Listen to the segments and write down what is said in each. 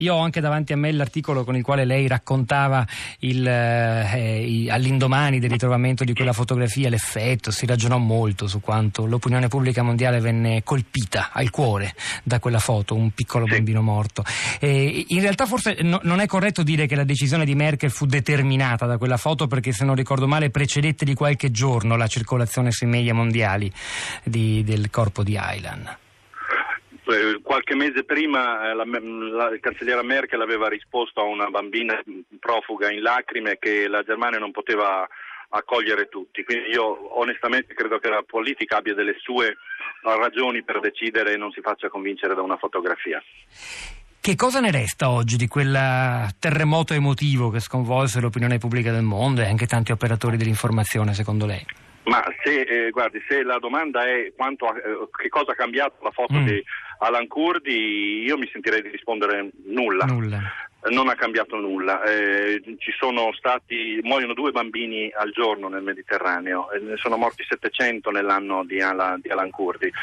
Io ho anche davanti a me l'articolo con il quale lei raccontava all'indomani del ritrovamento di quella fotografia l'effetto, si ragionò molto su quanto l'opinione pubblica mondiale venne colpita al cuore da quella foto, un piccolo bambino morto. In realtà forse non è corretto dire che la decisione di Merkel fu determinata da quella foto, perché se non ricordo male precedette di qualche giorno la circolazione sui media mondiali del corpo di Aylan. Qualche mese prima la cancelliera Merkel aveva risposto a una bambina profuga in lacrime che la Germania non poteva accogliere tutti, quindi io onestamente credo che la politica abbia delle sue ragioni per decidere e non si faccia convincere da una fotografia. Che cosa ne resta oggi di quel terremoto emotivo che sconvolse l'opinione pubblica del mondo e anche tanti operatori dell'informazione, secondo lei? Ma se la domanda è che cosa ha cambiato la foto di Alan Kurdi, io mi sentirei di rispondere nulla. Non ha cambiato nulla. Muoiono 2 bambini al giorno nel Mediterraneo, ne sono morti 700 nell'anno di Alan Kurdi.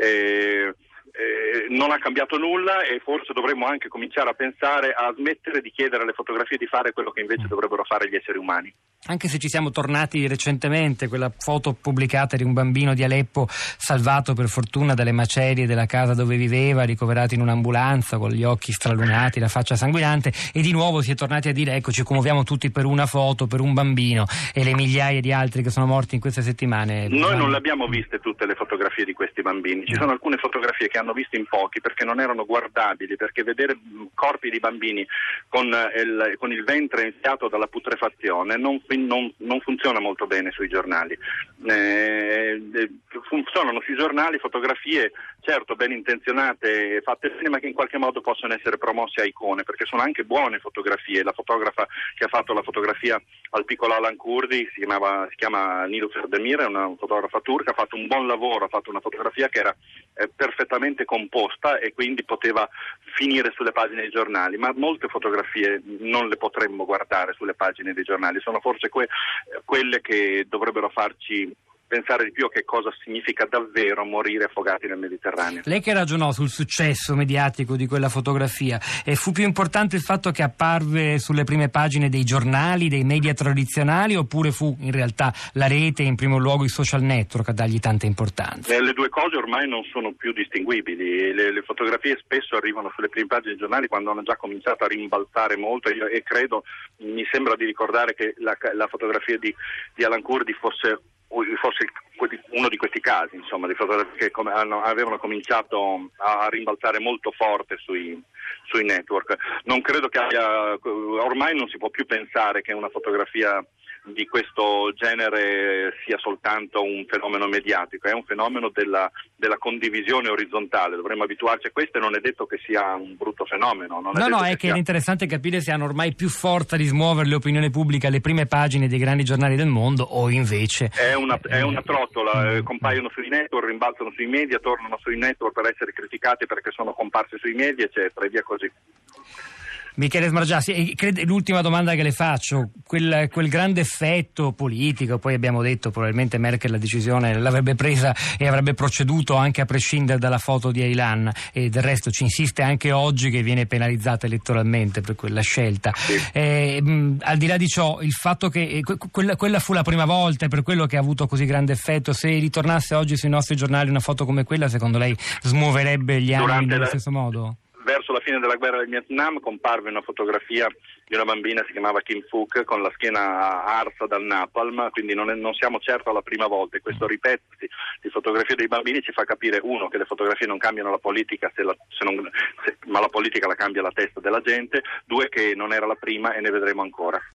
Non ha cambiato nulla e forse dovremmo anche cominciare a pensare a smettere di chiedere alle fotografie di fare quello che invece dovrebbero fare gli esseri umani. Anche se ci siamo tornati recentemente, quella foto pubblicata di un bambino di Aleppo salvato per fortuna dalle macerie della casa dove viveva, ricoverato in un'ambulanza con gli occhi stralunati, la faccia sanguinante, e di nuovo si è tornati a dire ecco, ci commuoviamo tutti per una foto, per un bambino, e le migliaia di altri che sono morti in queste settimane. Noi non le abbiamo viste tutte le fotografie di questi bambini, ci sono alcune fotografie che hanno visto in pochi perché non erano guardabili, perché vedere corpi di bambini con il ventre enfiato dalla putrefazione non funziona molto bene sui giornali. Funzionano sui giornali fotografie certo ben intenzionate, fatte bene, ma che in qualche modo possono essere promosse a icone, perché sono anche buone fotografie. La fotografa che ha fatto la fotografia al piccolo Alan Kurdi si chiama Nilüfer Demir, è una fotografa turca, ha fatto un buon lavoro, ha fatto una fotografia che era perfettamente composta e quindi poteva finire sulle pagine dei giornali, ma molte fotografie non le potremmo guardare sulle pagine dei giornali, sono forse quelle che dovrebbero farci pensare di più a che cosa significa davvero morire affogati nel Mediterraneo. Lei che ragionò sul successo mediatico di quella fotografia, fu più importante il fatto che apparve sulle prime pagine dei giornali, dei media tradizionali, oppure fu in realtà la rete e in primo luogo i social network a dargli tanta importanza? Le due cose ormai non sono più distinguibili, le fotografie spesso arrivano sulle prime pagine dei giornali quando hanno già cominciato a rimbalzare molto e credo, mi sembra di ricordare che la fotografia di Alan Kurdi fosse uno di questi casi, insomma, di fotografie che avevano cominciato a rimbalzare molto forte sui network. Non credo che ormai non si può più pensare che una fotografia di questo genere sia soltanto un fenomeno mediatico, è un fenomeno della condivisione orizzontale, dovremmo abituarci a questo e non è detto che sia un brutto fenomeno. È interessante capire se hanno ormai più forza di smuovere l'opinione pubblica alle prime pagine dei grandi giornali del mondo o invece... È una trottola, compaiono sui network, rimbalzano sui media, tornano sui network per essere criticati perché sono comparse sui media, eccetera, e via così. Michele Smargiassi, l'ultima domanda che le faccio, quel grande effetto politico, poi abbiamo detto probabilmente Merkel la decisione l'avrebbe presa e avrebbe proceduto anche a prescindere dalla foto di Aylan, e del resto ci insiste anche oggi che viene penalizzata elettoralmente per quella scelta. Al di là di ciò, il fatto che quella fu la prima volta e per quello che ha avuto così grande effetto, se ritornasse oggi sui nostri giornali una foto come quella, secondo lei smuoverebbe gli animi nello stesso modo? Verso la fine della guerra del Vietnam comparve una fotografia di una bambina, si chiamava Kim Phuc, con la schiena arsa dal napalm, quindi non siamo certo alla prima volta, e questo ripetersi di fotografie dei bambini ci fa capire, uno, che le fotografie non cambiano la politica, ma la politica la cambia la testa della gente, due, che non era la prima e ne vedremo ancora.